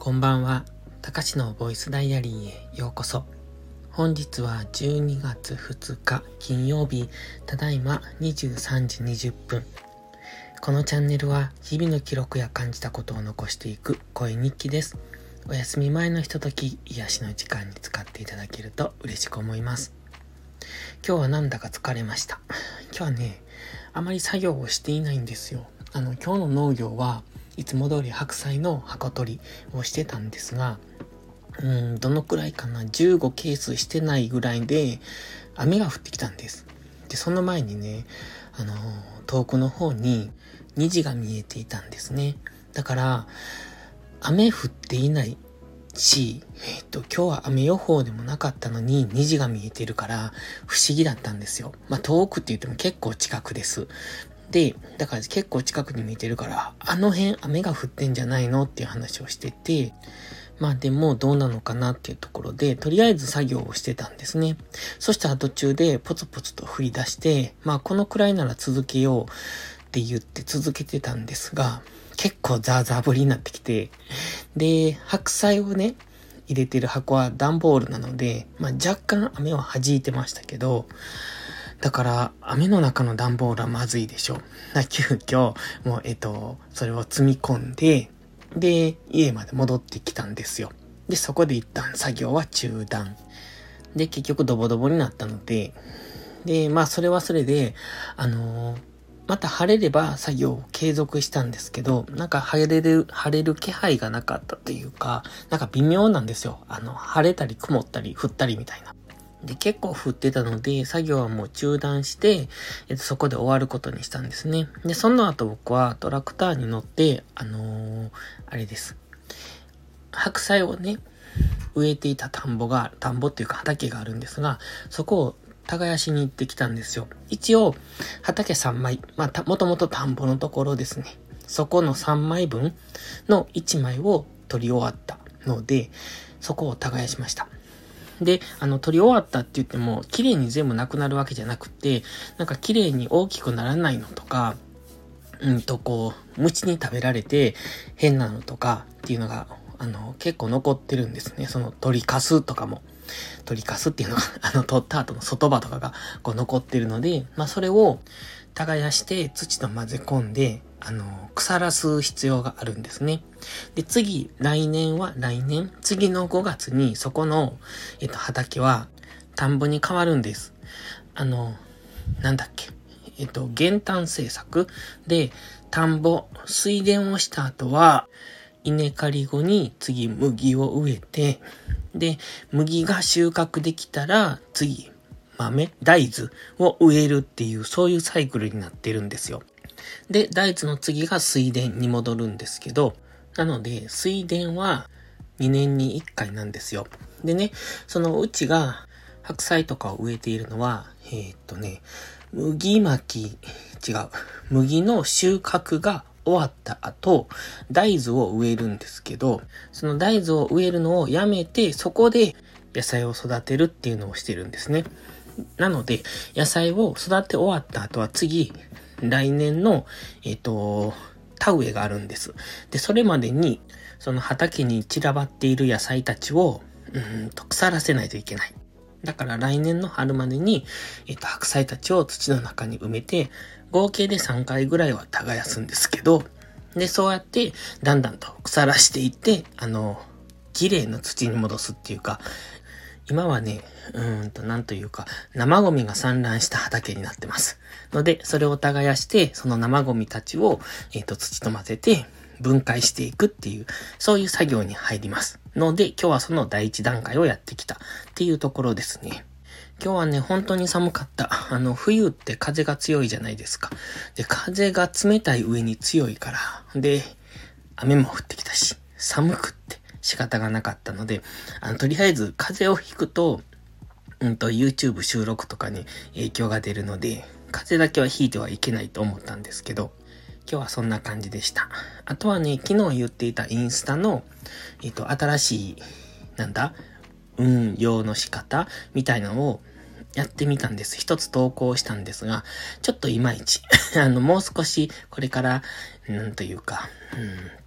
こんばんは。たかしのボイスダイアリーへようこそ。本日は12月2日金曜日、ただいま23時20分。このチャンネルは日々の記録や感じたことを残していく声日記です。お休み前のひととき、癒しの時間に使っていただけると嬉しく思います。今日はなんだか疲れました。今日はね、あまり作業をしていないんですよ。今日の農業はいつも通り白菜の箱取りをしてたんですが、どのくらいかな、15ケースしてないぐらいで雨が降ってきたんです。で、その前にね、遠くの方に虹が見えていたんですね。だから、雨降っていないし、今日は雨予報でもなかったのに虹が見えてるから不思議だったんですよ。遠くって言っても結構近くです。で、だから結構近くに見てるから、あの辺雨が降ってんじゃないのっていう話をしてて、でもどうなのかなっていうところで、とりあえず作業をしてたんですね。そしたら途中でポツポツと降り出して、このくらいなら続けようって言って続けてたんですが、結構ザーザー降りになってきて、で、白菜をね、入れてる箱は段ボールなので、若干雨を弾いてましたけど、だから、雨の中の段ボールはまずいでしょ。急遽、もう、それを積み込んで、で、家まで戻ってきたんですよ。で、そこで一旦作業は中断。で、結局ドボドボになったので、で、それはそれで、また晴れれば作業を継続したんですけど、晴れる気配がなかったというか、微妙なんですよ。晴れたり曇ったり降ったりみたいな。で、結構降ってたので、作業はもう中断して、そこで終わることにしたんですね。で、その後僕はトラクターに乗って、あれです。白菜をね、植えていた田んぼっていうか畑があるんですが、そこを耕しに行ってきたんですよ。一応、畑3枚、もともと田んぼのところですね。そこの3枚分の1枚を取り終わったので、そこを耕しました。で、取り終わったって言っても、綺麗に全部なくなるわけじゃなくて、綺麗に大きくならないのとか、虫に食べられて変なのとかっていうのが、結構残ってるんですね。その鳥かすとかも。鳥かすっていうのが、取った後の外葉とかが残ってるので、それを耕して土と混ぜ込んで、腐らす必要があるんですね。で、次の5月にそこの、畑は田んぼに変わるんです。減反政策で、田んぼ、水田をした後は、稲刈り後に次麦を植えて、で、麦が収穫できたら、次、大豆を植えるっていう、そういうサイクルになってるんですよ。で、大豆の次が水田に戻るんですけど、なので、水田は2年に1回なんですよ。でね、そのうちが白菜とかを植えているのは、麦の収穫が終わった後、大豆を植えるんですけど、その大豆を植えるのをやめて、そこで野菜を育てるっていうのをしてるんですね。なので、野菜を育て終わった後は次、来年の、田植えがあるんです。で、それまでに、その畑に散らばっている野菜たちを、腐らせないといけない。だから来年の春までに、白菜たちを土の中に埋めて、合計で3回ぐらいは耕すんですけど、で、そうやって、だんだんと腐らしていって、綺麗な土に戻すっていうか、今はね、生ゴミが散乱した畑になってます。ので、それを耕して、その生ゴミたちを、土と混ぜて、分解していくっていう、そういう作業に入ります。ので、今日はその第一段階をやってきたっていうところですね。今日はね、本当に寒かった。冬って風が強いじゃないですか。で、風が冷たい上に強いから、で、雨も降ってきたし、寒くって仕方がなかったので、とりあえず風邪をひくと、YouTube 収録とかに影響が出るので、風邪だけはひいてはいけないと思ったんですけど、今日はそんな感じでした。あとはね、昨日言っていたインスタの、新しい、運用の仕方みたいなのをやってみたんです。一つ投稿したんですが、ちょっといまいち。もう少しこれから、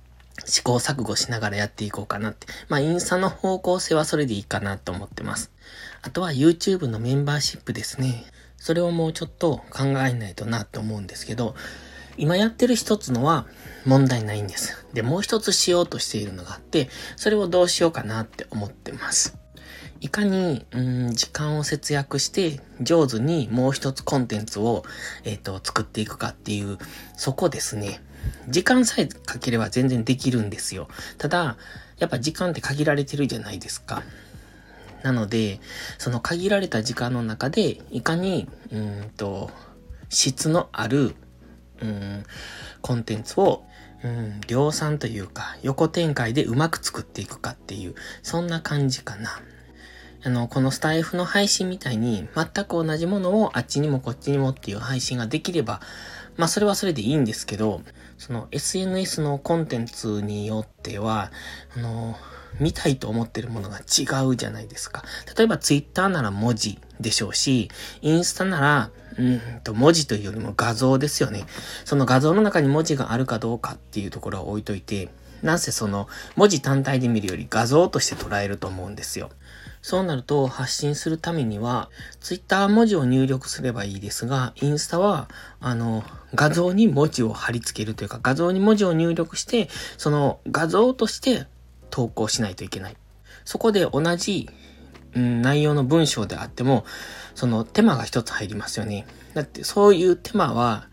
試行錯誤しながらやっていこうかなって。インスタの方向性はそれでいいかなと思ってます。あとは YouTube のメンバーシップですね。それをもうちょっと考えないとなって思うんですけど、今やってる一つのは問題ないんです。で、もう一つしようとしているのがあって、それをどうしようかなって思ってます。いかに、時間を節約して上手にもう一つコンテンツを、作っていくかっていう、そこですね。時間さえかければ全然できるんですよ。ただ、やっぱ時間って限られてるじゃないですか。なので、その限られた時間の中で、いかに、質のある、コンテンツを、量産というか、横展開でうまく作っていくかっていう、そんな感じかな。このスタイフの配信みたいに、全く同じものをあっちにもこっちにもっていう配信ができれば、それはそれでいいんですけど、その SNS のコンテンツによっては、見たいと思ってるものが違うじゃないですか。例えば Twitter なら文字でしょうし、インスタなら、文字というよりも画像ですよね。その画像の中に文字があるかどうかっていうところは置いといて、なんせその文字単体で見るより画像として捉えると思うんですよ。そうなると発信するためには、Twitter は文字を入力すればいいですが、インスタは、画像に文字を貼り付けるというか、画像に文字を入力して、その画像として投稿しないといけない。そこで同じ、内容の文章であっても、その手間が一つ入りますよね。だってそういう手間は、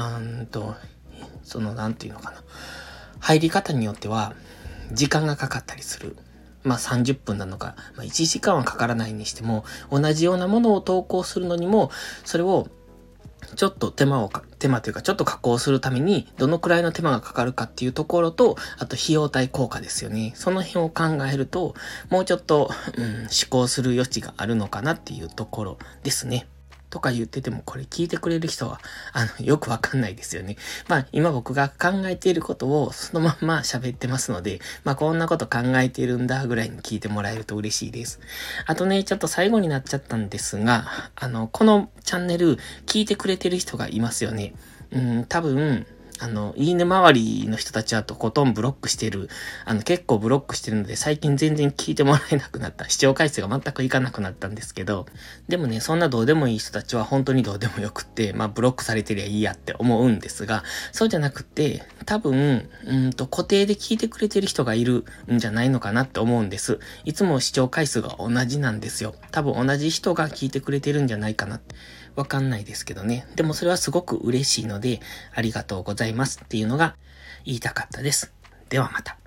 なんていうのかな。入り方によっては、時間がかかったりする。30分なのか、1時間はかからないにしても、同じようなものを投稿するのにも、それを、ちょっと手間というか、ちょっと加工するために、どのくらいの手間がかかるかっていうところと、あと費用対効果ですよね。その辺を考えると、もうちょっと、試行する余地があるのかなっていうところですね。とか言っててもこれ聞いてくれる人は、よくわかんないですよね。今僕が考えていることをそのまんま喋ってますので、こんなこと考えているんだぐらいに聞いてもらえると嬉しいです。あとね、ちょっと最後になっちゃったんですが、このチャンネル聞いてくれてる人がいますよね。多分、いいね周りの人たちはとことんブロックしてる。結構ブロックしてるので、最近全然聞いてもらえなくなった。視聴回数が全くいかなくなったんですけど、でもね、そんなどうでもいい人たちは本当にどうでもよくって、ブロックされてりゃいいやって思うんですが、そうじゃなくて、多分、固定で聞いてくれてる人がいるんじゃないのかなって思うんです。いつも視聴回数が同じなんですよ。多分同じ人が聞いてくれてるんじゃないかなって。わかんないですけどね。でもそれはすごく嬉しいので、ありがとうございますっていうのが言いたかったです。ではまた。